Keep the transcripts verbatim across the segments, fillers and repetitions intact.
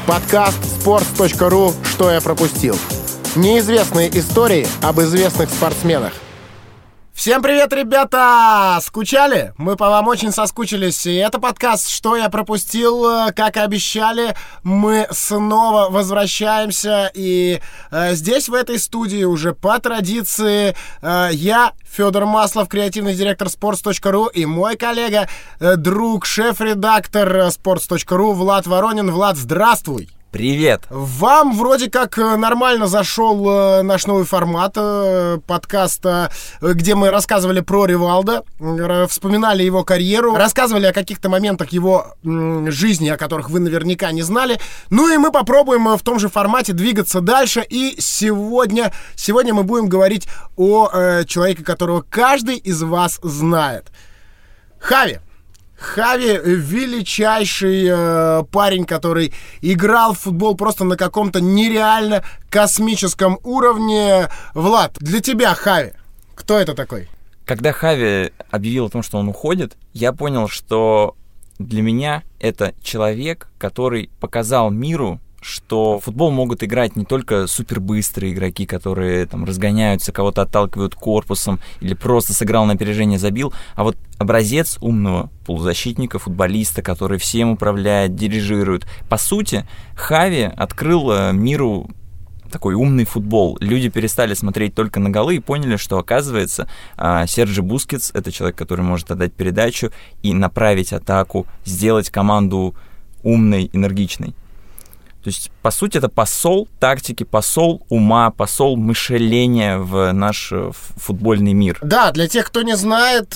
Подкаст спортс точка ру «Что я пропустил». Неизвестные истории об известных спортсменах. Всем привет, ребята! Скучали? Мы по вам очень соскучились. И это подкаст «Что я пропустил». Как и обещали, мы снова возвращаемся. И э, здесь, в этой студии, уже по традиции, э, я, Федор Маслов, креативный директор спортс точка ру, и мой коллега, э, друг, шеф-редактор спортс точка ру Влад Воронин. Влад, здравствуй! Привет! Вам вроде как нормально зашел э, наш новый формат э, подкаста, где мы рассказывали про Ривалдо, э, вспоминали его карьеру, рассказывали о каких-то моментах его э, жизни, о которых вы наверняка не знали. Ну и мы попробуем в том же формате двигаться дальше. И сегодня, сегодня мы будем говорить о э, человеке, которого каждый из вас знает. Хави. Хави — величайший э, парень, который играл в футбол просто на каком-то нереально космическом уровне. Влад, для тебя Хави, кто это такой? Когда Хави объявил о том, что он уходит, я понял, что для меня это человек, который показал миру, что в футбол могут играть не только супербыстрые игроки, которые там разгоняются, кого-то отталкивают корпусом или просто сыграл на опережение, забил, а вот образец умного полузащитника, футболиста, который всем управляет, дирижирует. По сути, Хави открыл миру такой умный футбол. Люди перестали смотреть только на голы и поняли, что, оказывается, Серджи Бускетс — это человек, который может отдать передачу и направить атаку, сделать команду умной, энергичной. То есть, по сути, это посол тактики, посол ума, посол мышления в наш футбольный мир. Да, для тех, кто не знает,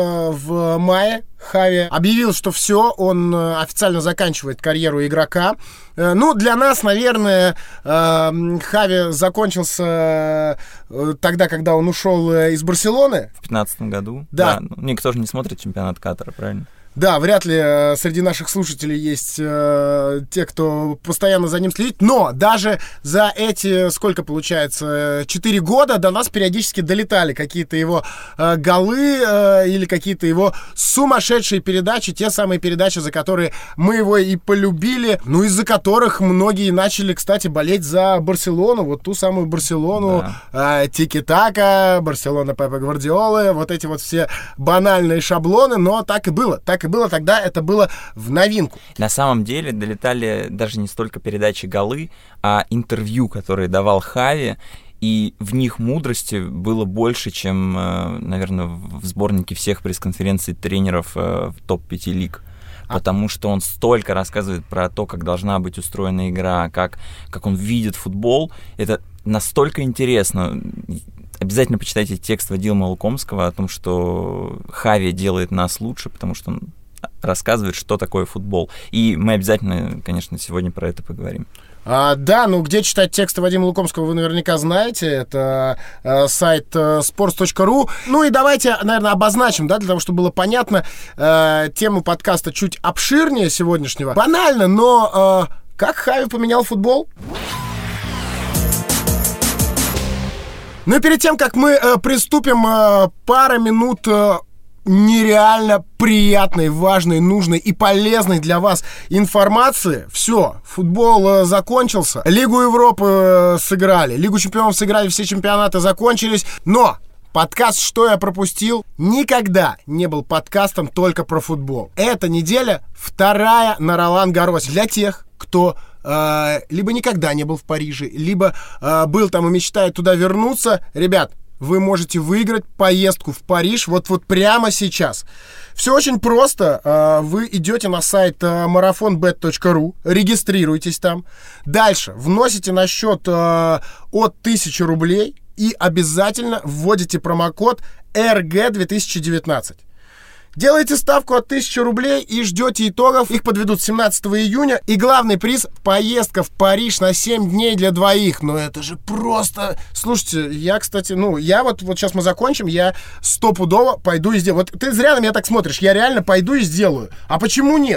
в мае Хави объявил, что все, он официально заканчивает карьеру игрока. Ну, для нас, наверное, Хави закончился тогда, когда он ушел из Барселоны. В пятнадцатом году. Да. да. Никто же не смотрит чемпионат Катара, правильно? Да, вряд ли э, среди наших слушателей есть э, те, кто постоянно за ним следит, но даже за эти, сколько получается, четыре года до нас периодически долетали какие-то его э, голы э, или какие-то его сумасшедшие передачи, те самые передачи, за которые мы его и полюбили, ну, из-за которых многие начали, кстати, болеть за Барселону, вот ту самую Барселону, да. э, Тики-така, Барселона Пепа Гвардиолы, вот эти вот все банальные шаблоны, но так и было, так и было тогда, это было в новинку. На самом деле долетали даже не столько передачи голы, а интервью, которые давал Хави, и в них мудрости было больше, чем, наверное, в сборнике всех пресс-конференций тренеров в топ пять лиг. Потому что он столько рассказывает про то, как должна быть устроена игра, как, как он видит футбол. Это настолько интересно. Обязательно почитайте текст Вадима Лукомского о том, что Хави делает нас лучше, потому что он рассказывает, что такое футбол. И мы обязательно, конечно, сегодня про это поговорим. А, да, ну где читать тексты Вадима Лукомского, вы наверняка знаете. Это э, сайт э, спортс точка ру. Ну и давайте, наверное, обозначим, да, для того, чтобы было понятно, э, тему подкаста чуть обширнее сегодняшнего. Банально, но э, как Хави поменял футбол? Ну и перед тем, как мы э, приступим, э, пара минут э, нереально приятной, важной, нужной и полезной для вас информации. Все, футбол э, закончился, Лигу Европы э, сыграли, Лигу чемпионов сыграли, все чемпионаты закончились, но подкаст «Что я пропустил» никогда не был подкастом только про футбол. Эта неделя вторая на Ролан-Гарросе. Для тех, кто э, либо никогда не был в Париже, либо э, был там и мечтает туда вернуться, ребят, вы можете выиграть поездку в Париж вот, вот прямо сейчас. Все очень просто. Вы идете на сайт марафон бет точка ру, регистрируйтесь там. Дальше вносите на счет от тысячи рублей и обязательно вводите промокод эр джи две тысячи девятнадцать. Делаете ставку от тысячи рублей и ждете итогов. Их подведут семнадцатого июня. И главный приз — поездка в Париж на семь дней для двоих. Но это же просто... Слушайте, я, кстати, ну, я вот, вот сейчас мы закончим, я стопудово пойду и сделаю. Вот ты зря на меня так смотришь. Я реально пойду и сделаю. А почему нет?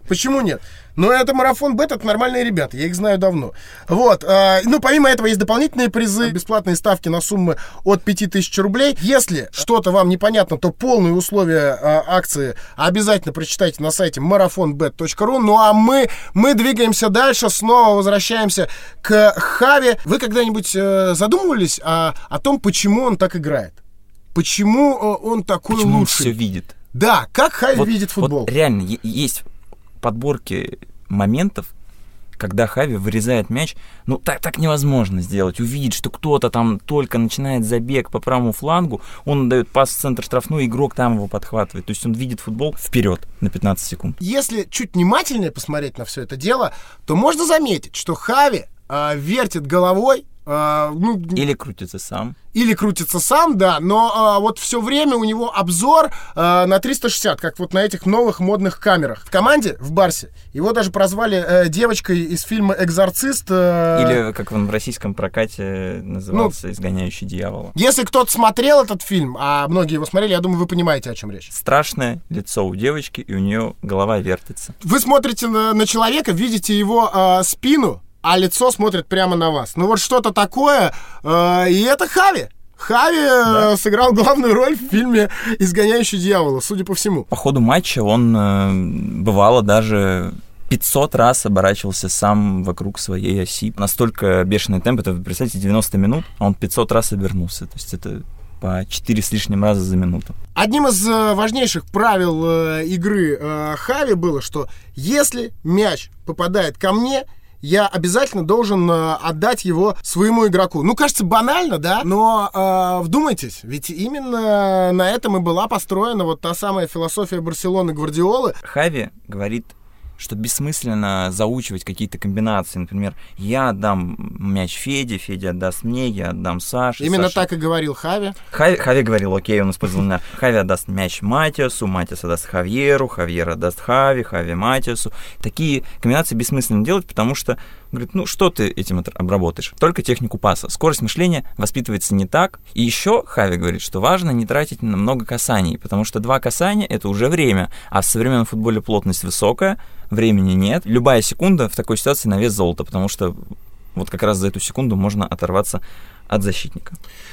Почему нет? Но это Марафон Бет, это нормальные ребята, я их знаю давно. Вот, э, ну, помимо этого есть дополнительные призы, бесплатные ставки на суммы от пяти тысяч рублей. Если что-то вам непонятно, то полные условия э, акции обязательно прочитайте на сайте марафон бет точка ру. Ну, а мы, мы двигаемся дальше, снова возвращаемся к Хаве. Вы когда-нибудь э, задумывались о, о том, почему он так играет? Почему э, он такой Почему лучший? он все видит? Да, как Хави вот, видит футбол? Вот реально, е- есть подборки моментов, когда Хави вырезает мяч, ну так, так невозможно сделать. Увидеть, что кто-то там только начинает забег по правому флангу, он дает пас в центр штрафной, игрок там его подхватывает. То есть он видит футбол вперед на пятнадцать секунд. Если чуть внимательнее посмотреть на все это дело, то можно заметить, что Хави э, вертит головой, э, ну, Или крутится сам. или крутится сам, да, но э, вот все время у него обзор э, на триста шестьдесят, как вот на этих новых модных камерах. В команде, в Барсе, его даже прозвали э, девочкой из фильма «Экзорцист». Э, Или, как он в российском прокате назывался, ну, «Изгоняющий дьявола». Если кто-то смотрел этот фильм, а многие его смотрели, я думаю, вы понимаете, о чем речь. Страшное лицо у девочки, и у нее голова вертится. Вы смотрите на, на человека, видите его э, спину, а лицо смотрит прямо на вас. Ну вот что-то такое, э, и это Хави. Хави да. э, сыграл главную роль в фильме «Изгоняющий дьявола», судя по всему. По ходу матча он, э, бывало, даже пятьсот раз оборачивался сам вокруг своей оси. Настолько бешеный темп, это, представьте, девяносто минут, а он пятьсот раз обернулся. То есть это по четыре с лишним раза за минуту. Одним из э, важнейших правил э, игры э, Хави было, что если мяч попадает ко мне, я обязательно должен э, отдать его своему игроку. Ну, кажется, банально, да? Но э, вдумайтесь, ведь именно на этом и была построена вот та самая философия Барселоны Гвардиолы. Хави говорит, что бессмысленно заучивать какие-то комбинации. Например, я отдам мяч Феде, Федя отдаст мне, я отдам Саше. Именно Саша... так и говорил Хави. Хави, Хави говорил, окей, он использовал меня. Хави отдаст мяч Матиасу, Матиас отдаст Хавьеру, Хавьер отдаст Хави, Хави Матиасу. Такие комбинации бессмысленно делать, потому что, говорит, ну что ты этим обработаешь? Только технику паса. Скорость мышления воспитывается не так. И еще Хави говорит, что важно не тратить на много касаний, потому что два касания — это уже время, а в современном футболе плотность высокая, времени нет. Любая секунда в такой ситуации на вес золота, потому что вот как раз за эту секунду можно оторваться от защитника.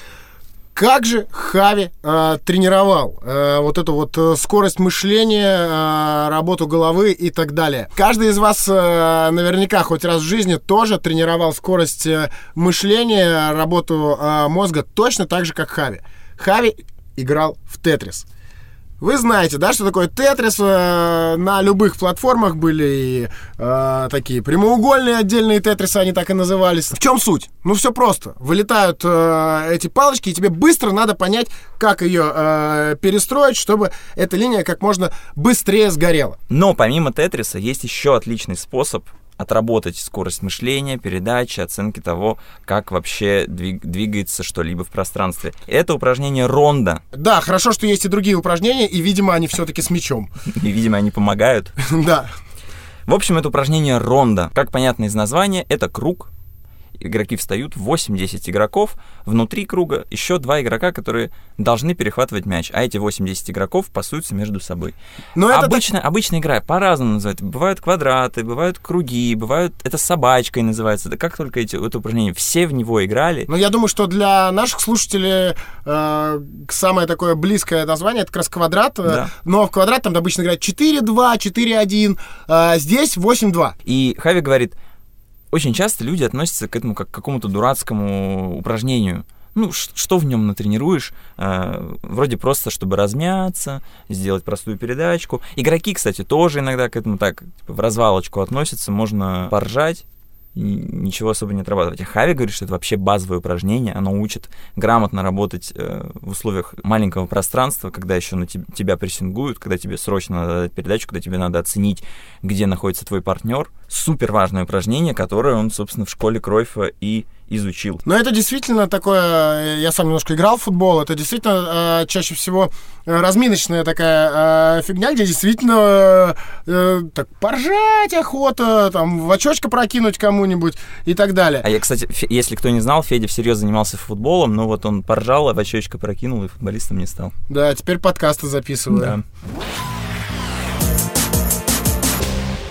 Как же Хави э, тренировал э, вот эту вот э, скорость мышления, э, работу головы и так далее. Каждый из вас э, наверняка хоть раз в жизни тоже тренировал скорость э, мышления, работу э, мозга точно так же, как Хави. Хави играл в Тетрис. Вы знаете, да, что такое Тетрис? Э, на любых платформах были и э, такие прямоугольные отдельные Тетрисы, они так и назывались. В чем суть? Ну, все просто. Вылетают э, эти палочки, и тебе быстро надо понять, как ее э, перестроить, чтобы эта линия как можно быстрее сгорела. Но помимо Тетриса есть еще отличный способ отработать скорость мышления, передачи, оценки того, как вообще двиг- двигается что-либо в пространстве. Это упражнение рондо. Да, хорошо, что есть и другие упражнения, и, видимо, они все-таки с мячом. И, видимо, они помогают. Да. В общем, это упражнение рондо. Как понятно из названия, это круг. Игроки встают, восемь-десять игроков. Внутри круга еще два игрока, которые должны перехватывать мяч. А эти восемь-десять игроков пасуются между собой. Но обычно, это... обычная игра по-разному называют. Бывают квадраты, бывают круги, бывают... Это собачкой называется. Да как только эти, это упражнение. Все в него играли. Ну, я думаю, что для наших слушателей э, самое такое близкое название — это как раз квадрат. Да. Но в квадрат там обычно играют четыре-два, четыре-один. Э, здесь восемь-два. И Хави говорит... Очень часто люди относятся к этому как к какому-то дурацкому упражнению. Ну, ш- что в нем натренируешь? Э, вроде просто, чтобы размяться, сделать простую передачку. Игроки, кстати, тоже иногда к этому так типа, в развалочку относятся. Можно поржать, и ничего особо не отрабатывать. А Хави говорит, что это вообще базовое упражнение. Оно учит грамотно работать э, в условиях маленького пространства, когда еще на te- тебя прессингуют, когда тебе срочно надо дать передачу, когда тебе надо оценить, где находится твой партнер. Супер важное упражнение, которое он, собственно, в школе Кройфа и изучил. Но это действительно такое, я сам немножко играл в футбол, это действительно э, чаще всего разминочная такая э, фигня, где действительно э, так поржать охота, там в очочко прокинуть кому-нибудь и так далее. А я, кстати, Фе- если кто не знал, Федя всерьез занимался футболом, но вот он поржал, а в очочко прокинул и футболистом не стал. Да, теперь подкасты записываю. Да.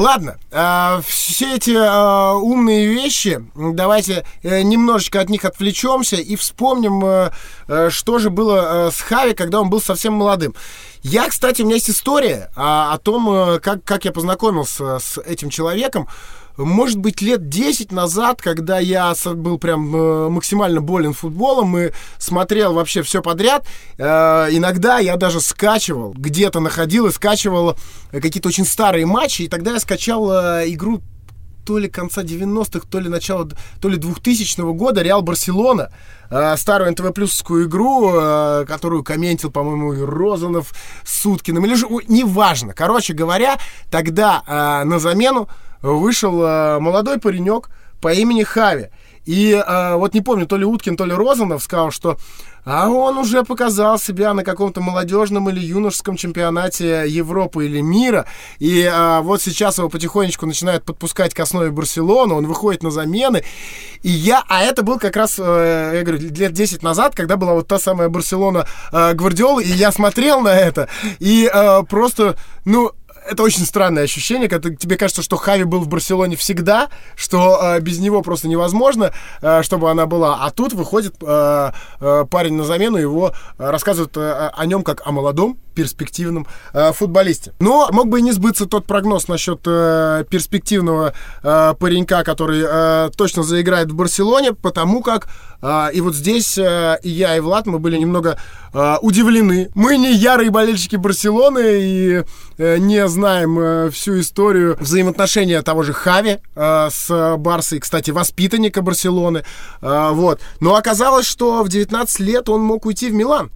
Ладно, э, все эти э, умные вещи, давайте э, немножечко от них отвлечемся и вспомним, э, э, что же было э, с Хави, когда он был совсем молодым. Я, кстати, у меня есть история о, о том, э, как, как я познакомился с этим человеком. Может быть, лет десять назад, когда я был прям э, максимально болен футболом и смотрел вообще все подряд, э, иногда я даже скачивал, где-то находил и скачивал какие-то очень старые матчи, и тогда я скачал э, игру то ли конца девяностых, то ли начала, то ли двухтысячного года, Реал Барселона, э, старую эн тэ вэ плюсовскую игру, э, которую комментил, по-моему, и Розанов с Уткиным, или же, неважно. Короче говоря, тогда э, на замену вышел э, молодой паренек по имени Хави. И э, вот не помню, то ли Уткин, то ли Розанов сказал, что а он уже показал себя на каком-то молодежном или юношеском чемпионате Европы или мира. И э, вот сейчас его потихонечку начинают подпускать к основе Барселоны, он выходит на замены. И я, а это был как раз, э, я говорю, лет десять назад, когда была вот та самая Барселона э, Гвардиолы, и я смотрел на это, и э, просто, ну... Это очень странное ощущение, когда тебе кажется, что Хави был в Барселоне всегда, что э, без него просто невозможно, э, чтобы она была. А тут выходит э, э, парень на замену, его э, рассказывают э, о нем как о молодом, перспективном э, футболисте. Но мог бы и не сбыться тот прогноз насчет э, перспективного э, паренька, который э, точно заиграет в Барселоне, потому как э, и вот здесь э, и я, и Влад, мы были немного э, удивлены. Мы не ярые болельщики Барселоны и э, не знаем э, всю историю взаимоотношения того же Хави э, с Барсой, кстати, воспитанника Барселоны. Э, вот. Но оказалось, что в девятнадцать лет он мог уйти в Милан.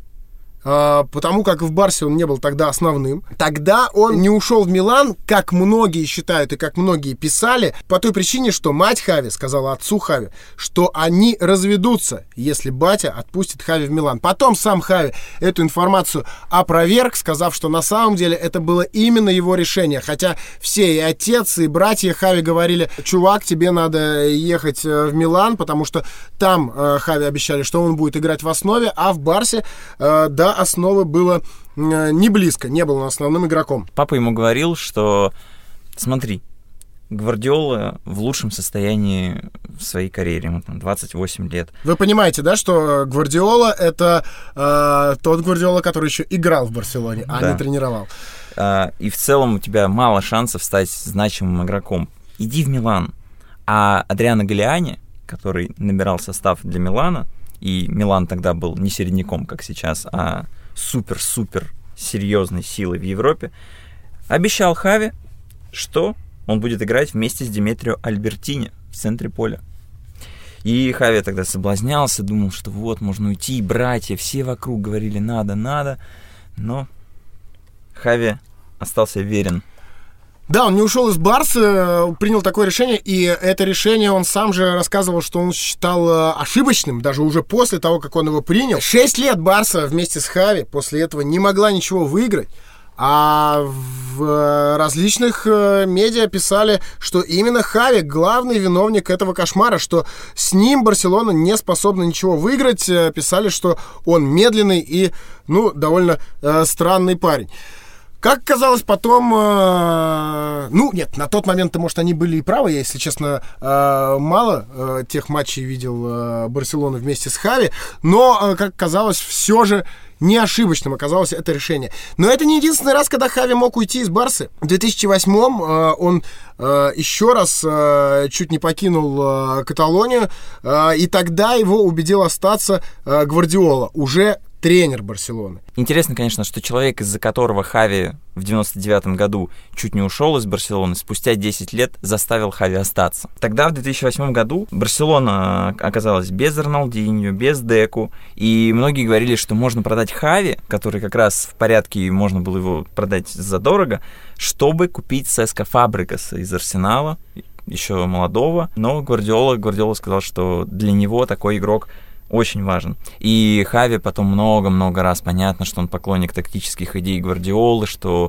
Потому как в Барсе он не был тогда основным. Тогда он не ушел в Милан, как многие считают и как многие писали, по той причине, что мать Хави сказала отцу Хави, что они разведутся, если батя отпустит Хави в Милан. Потом сам Хави эту информацию опроверг, сказав, что на самом деле это было именно его решение. Хотя все, и отец, и братья Хави говорили: чувак, тебе надо ехать в Милан, потому что там э, Хави обещали, что он будет играть в основе, а в Барсе, э, да, основы было э, не близко, не был он основным игроком. Папа ему говорил, что смотри, Гвардиола в лучшем состоянии в своей карьере, ему там двадцать восемь лет. Вы понимаете, да, что Гвардиола — это э, тот Гвардиола, который еще играл в Барселоне, а да. не тренировал. А, и в целом у тебя мало шансов стать значимым игроком. Иди в Милан. А Адриано Галлиани, который набирал состав для Милана, и Милан тогда был не середняком, как сейчас, а супер-супер серьезной силой в Европе, обещал Хави, что он будет играть вместе с Деметрио Альбертини в центре поля. И Хави тогда соблазнялся, думал, что вот, можно уйти, братья, все вокруг говорили надо, надо, но Хави остался верен. Да, он не ушел из Барсы, принял такое решение, и это решение он сам же рассказывал, что он считал ошибочным, даже уже после того, как он его принял. Шесть лет Барса вместе с Хави после этого не могла ничего выиграть, а в различных медиа писали, что именно Хави главный виновник этого кошмара, что с ним Барселона не способна ничего выиграть, писали, что он медленный и, ну, довольно э, странный парень. Как оказалось потом, э, ну, нет, на тот момент, может, они были и правы, я, если честно, э, мало э, тех матчей видел э, Барселоны вместе с Хави, но, э, как оказалось, все же не ошибочным оказалось это решение. Но это не единственный раз, когда Хави мог уйти из Барсы. В две тысячи восьмом э, он э, еще раз э, чуть не покинул э, Каталонию, э, и тогда его убедил остаться э, Гвардиола, уже тренер Барселоны. Интересно, конечно, что человек, из-за которого Хави в девяносто девятом году чуть не ушел из Барселоны, спустя десять лет заставил Хави остаться. Тогда, в две тысячи восьмом году, Барселона оказалась без Роналдиньо, без Деку, и многие говорили, что можно продать Хави, который как раз в порядке, и можно было его продать задорого, чтобы купить Сеско Фабрегаса из Арсенала, еще молодого, но Гвардиола, Гвардиола сказал, что для него такой игрок очень важен. И Хави потом много-много раз понятно, что он поклонник тактических идей Гвардиолы, что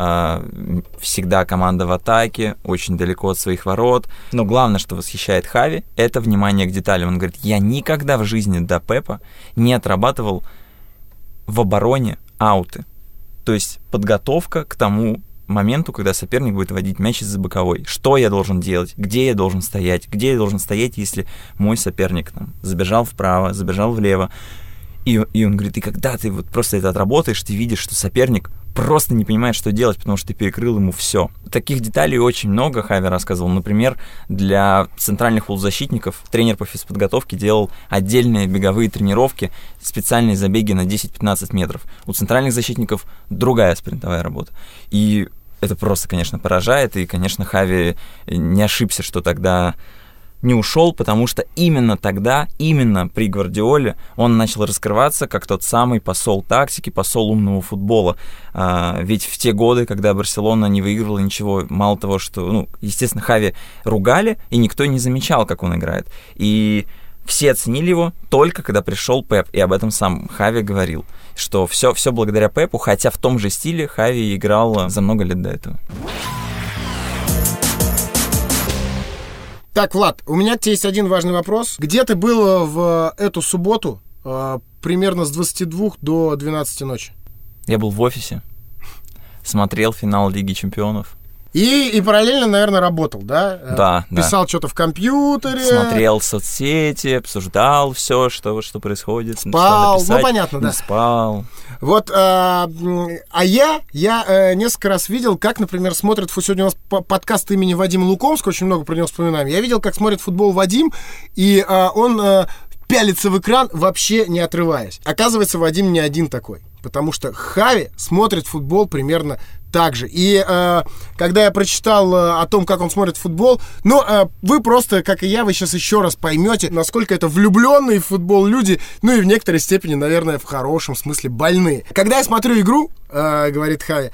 э, всегда команда в атаке, очень далеко от своих ворот. Но главное, что восхищает Хави, это внимание к деталям. Он говорит: я никогда в жизни до Пепа не отрабатывал в обороне ауты. То есть подготовка к тому, моменту, когда соперник будет водить мяч из-за боковой. Что я должен делать? Где я должен стоять? Где я должен стоять, если мой соперник там, забежал вправо, забежал влево? И, и он говорит, и когда ты вот просто это отработаешь, ты видишь, что соперник просто не понимает, что делать, потому что ты перекрыл ему все. Таких деталей очень много, Хави рассказывал. Например, для центральных полузащитников тренер по физподготовке делал отдельные беговые тренировки, специальные забеги на десять-пятнадцать метров. У центральных защитников другая спринтовая работа. И это просто, конечно, поражает, и, конечно, Хави не ошибся, что тогда не ушел, потому что именно тогда, именно при Гвардиоле он начал раскрываться как тот самый посол тактики, посол умного футбола. А, ведь в те годы, когда Барселона не выигрывала ничего, мало того, что, ну, естественно, Хави ругали, и никто не замечал, как он играет. И все оценили его только когда пришел Пеп, и об этом сам Хави говорил, что все, все благодаря Пепу, хотя в том же стиле Хави играл за много лет до этого. Так, Влад, у меня к тебе есть один важный вопрос. Где ты был в эту субботу э, примерно с двадцати двух до двенадцати ночи? Я был в офисе, смотрел финал Лиги Чемпионов. И, и параллельно, наверное, работал, да? Да, Писал да. что-то в компьютере. Смотрел соцсети, обсуждал все, что, что происходит. Спал, ну понятно, да. Не спал. Вот, а, а я, я э, несколько раз видел, как, например, смотрит... Сегодня у нас подкаст имени Вадима Лукомского, очень много про него вспоминаем. Я видел, как смотрит футбол Вадим, и а, он а, пялится в экран, вообще не отрываясь. Оказывается, Вадим не один такой. Потому что Хави смотрит футбол примерно так же. И э, когда я прочитал э, о том, как он смотрит футбол, ну, э, вы просто, как и я, вы сейчас еще раз поймете, насколько это влюбленные в футбол люди, ну и в некоторой степени, наверное, в хорошем смысле больные. Когда я смотрю игру, э, говорит Хави,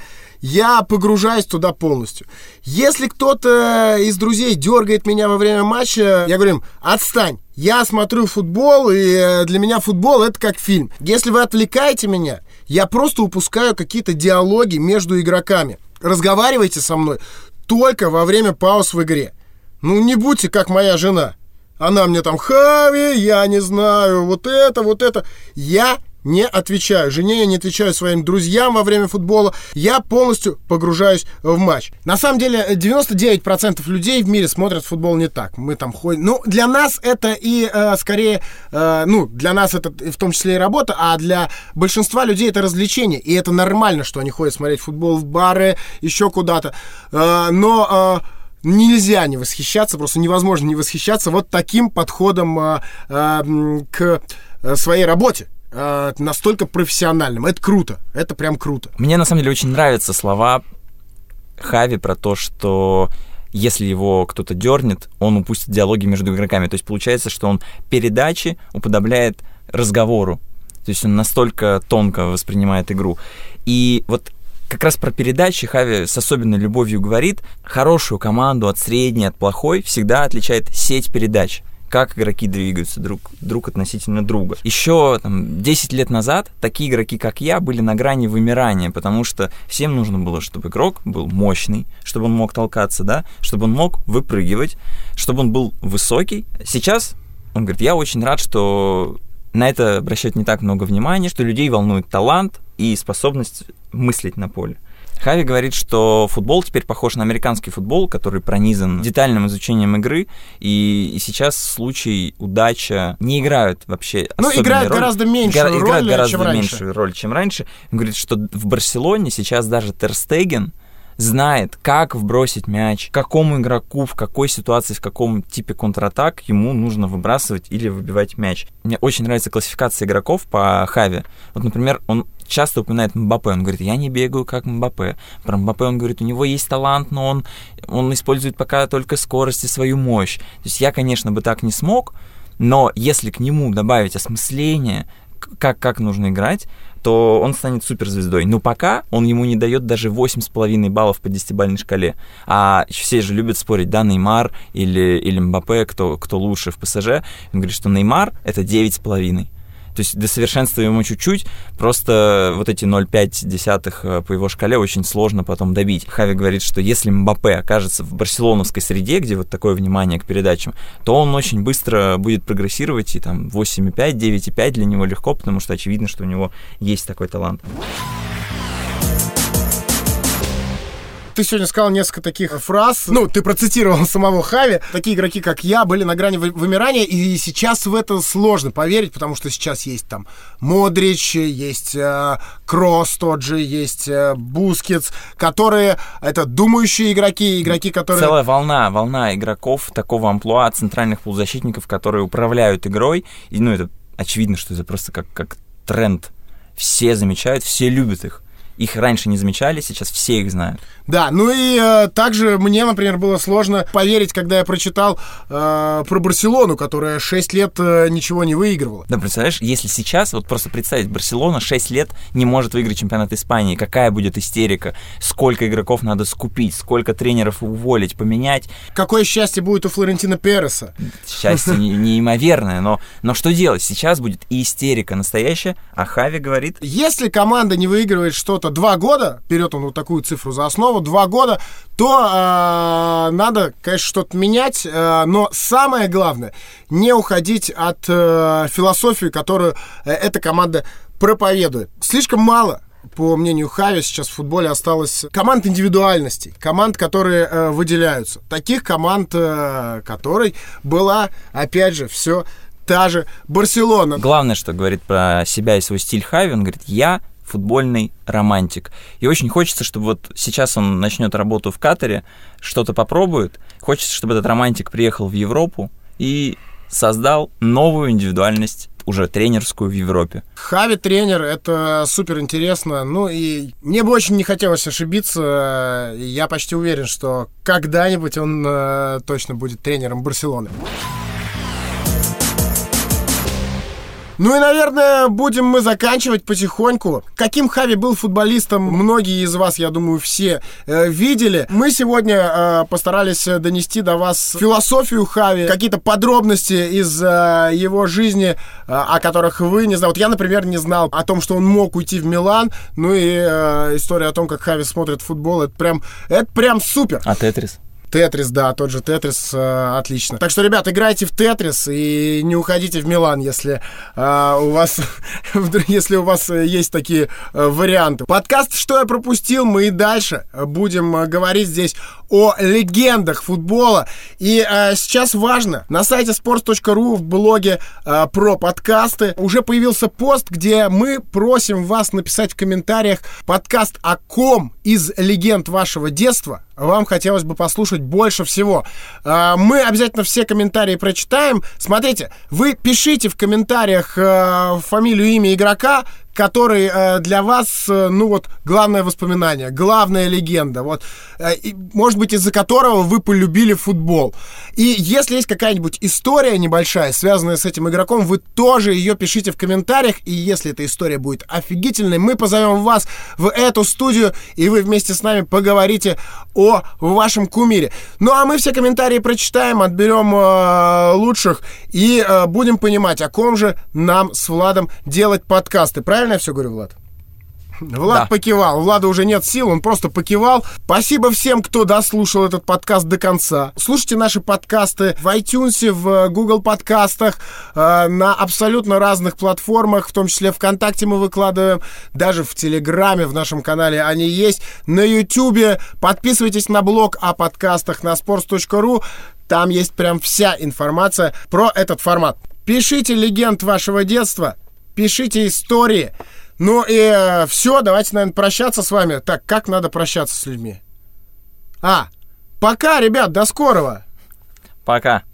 я погружаюсь туда полностью. Если кто-то из друзей дергает меня во время матча, я говорю им, отстань, я смотрю футбол, и для меня футбол — это как фильм. Если вы отвлекаете меня, я просто упускаю какие-то диалоги между игроками. Разговаривайте со мной только во время пауз в игре. Ну, не будьте как моя жена. Она мне там, Хави, я не знаю, вот это, вот это. Я не отвечаю. Жене я не отвечаю своим друзьям во время футбола. Я полностью погружаюсь в матч. На самом деле, девяносто девять процентов людей в мире смотрят футбол не так. Мы там ходим. Ну, для нас это и э, скорее, э, ну, для нас это в том числе и работа, а для большинства людей это развлечение. И это нормально, что они ходят смотреть футбол в бары, еще куда-то. Э, но... Э, Нельзя не восхищаться, просто невозможно не восхищаться вот таким подходом э, э, к своей работе. Э, настолько профессиональным. Это круто. Это прям круто. Мне на самом деле очень нравятся слова Хави про то, что если его кто-то дернет, он упустит диалоги между игроками. То есть получается, что он передачи уподобляет разговору. То есть он настолько тонко воспринимает игру. И вот как раз про передачи Хави с особенной любовью говорит, хорошую команду от средней, от плохой всегда отличает сеть передач, как игроки двигаются друг, друг относительно друга. Еще там, десять лет назад такие игроки, как я, были на грани вымирания, потому что всем нужно было, чтобы игрок был мощный, чтобы он мог толкаться, да, чтобы он мог выпрыгивать, чтобы он был высокий. Сейчас он говорит, я очень рад, что на это обращают не так много внимания, что людей волнует талант и способность мыслить на поле. Хави говорит, что футбол теперь похож на американский футбол, который пронизан детальным изучением игры, и, и сейчас в случае удача не играют вообще ну, особенной играют роли. гораздо меньшую Игра, роль, играют гораздо чем меньшую раньше. роль, чем раньше. Он говорит, что в Барселоне сейчас даже Тер Стеген знает, как вбросить мяч, какому игроку, в какой ситуации, в каком типе контратак ему нужно выбрасывать или выбивать мяч. Мне очень нравится классификация игроков по Хави. Вот, например, он часто упоминает Мбаппе. Он говорит, я не бегаю, как Мбаппе. Про Мбаппе он говорит, у него есть талант, но он, он использует пока только скорость и свою мощь. То есть я, конечно, бы так не смог, но если к нему добавить осмысление, как, как нужно играть, то он станет суперзвездой. Но пока он ему не дает даже восемь с половиной баллов по десятибалльной шкале. А все же любят спорить, да, Неймар или, или Мбаппе, кто, кто лучше в ПСЖ. Он говорит, что Неймар — это девять с половиной. То есть до совершенства ему чуть-чуть, просто вот эти ноль целых пять десятых по его шкале очень сложно потом добить. Хави говорит, что если Мбаппе окажется в барселоновской среде, где вот такое внимание к передачам, то он очень быстро будет прогрессировать, и там восемь и пять, девять и пять для него легко, потому что очевидно, что у него есть такой талант. Ты сегодня сказал несколько таких фраз. Ну, ты процитировал самого Хави. Такие игроки, как я, были на грани вымирания, и сейчас в это сложно поверить, потому что сейчас есть там Модрич, есть э, Кросс тот же, есть э, Бускетс, которые, это думающие игроки, игроки, которые... Целая волна, волна игроков такого амплуа, центральных полузащитников, которые управляют игрой. И, ну, это очевидно, что это просто как, как тренд. Все замечают, все любят их. Их раньше не замечали, сейчас все их знают. Да, ну и э, также мне, например, было сложно поверить, когда я прочитал э, про Барселону, которая шесть лет э, ничего не выигрывала. Да, представляешь, если сейчас, вот просто представить, Барселона шесть лет не может выиграть чемпионат Испании, какая будет истерика, сколько игроков надо скупить, сколько тренеров уволить, поменять. Какое счастье будет у Флорентино Переса. Счастье неимоверное, но, но что делать? Сейчас будет и истерика настоящая, а Хави говорит... Если команда не выигрывает что-то два года, берет он вот такую цифру за основу, два года, то э, надо, конечно, что-то менять, э, но самое главное, не уходить от э, философии, которую э, эта команда проповедует. Слишком мало, по мнению Хави, сейчас в футболе осталось команд индивидуальностей, команд, которые э, выделяются. Таких команд, э, которой была, опять же, все та же Барселона. Главное, что говорит про себя и свой стиль Хави, он говорит, я футбольный романтик. И очень хочется, чтобы вот сейчас он начнет работу в Катаре, что-то попробует. Хочется, чтобы этот романтик приехал в Европу и создал новую индивидуальность, уже тренерскую в Европе. Хави тренер, это супер интересно. Ну и мне бы очень не хотелось ошибиться. Я почти уверен, что когда-нибудь он э, точно будет тренером Барселоны. Ну и, наверное, будем мы заканчивать потихоньку. Каким Хави был футболистом, многие из вас, я думаю, все э, видели. Мы сегодня э, постарались донести до вас философию Хави, какие-то подробности из э, его жизни, э, о которых вы не знали. Вот я, например, не знал о том, что он мог уйти в Милан. Ну и э, история о том, как Хави смотрит футбол, это прям, это прям супер. А Тетрис? Тетрис, да, тот же Тетрис, э, отлично. Так что, ребят, играйте в Тетрис и не уходите в Милан, если э, у вас, если у вас есть такие э, варианты. Подкаст «Что я пропустил?» мы и дальше будем э, говорить здесь о легендах футбола. И э, сейчас важно, на сайте sports точка ru в блоге э, про подкасты уже появился пост, где мы просим вас написать в комментариях подкаст, о ком из легенд вашего детства вам хотелось бы послушать больше всего. Мы обязательно все комментарии прочитаем. Смотрите, вы пишите в комментариях фамилию, имя игрока, который э, для вас, э, ну вот, главное воспоминание, главная легенда, вот, э, и, может быть, из-за которого вы полюбили футбол. И если есть какая-нибудь история небольшая, связанная с этим игроком, вы тоже ее пишите в комментариях, и если эта история будет офигительной, мы позовем вас в эту студию, и вы вместе с нами поговорите о вашем кумире. Ну, а мы все комментарии прочитаем, отберем э, лучших, и э, будем понимать, о ком же нам с Владом делать подкасты. Правильно? Правильно я все говорю, Влад? Влад да. покивал. У Влада уже нет сил, он просто покивал. Спасибо всем, кто дослушал этот подкаст до конца. Слушайте наши подкасты в iTunes, в Google подкастах, э, на абсолютно разных платформах, в том числе ВКонтакте мы выкладываем, даже в Телеграме, в нашем канале они есть, на Ютубе. Подписывайтесь на блог о подкастах на sports точка ru. Там есть прям вся информация про этот формат. Пишите легенд вашего детства. Пишите истории. Ну и э, все, давайте, наверное, прощаться с вами. Так, как надо прощаться с людьми? А, пока, ребят, до скорого. Пока.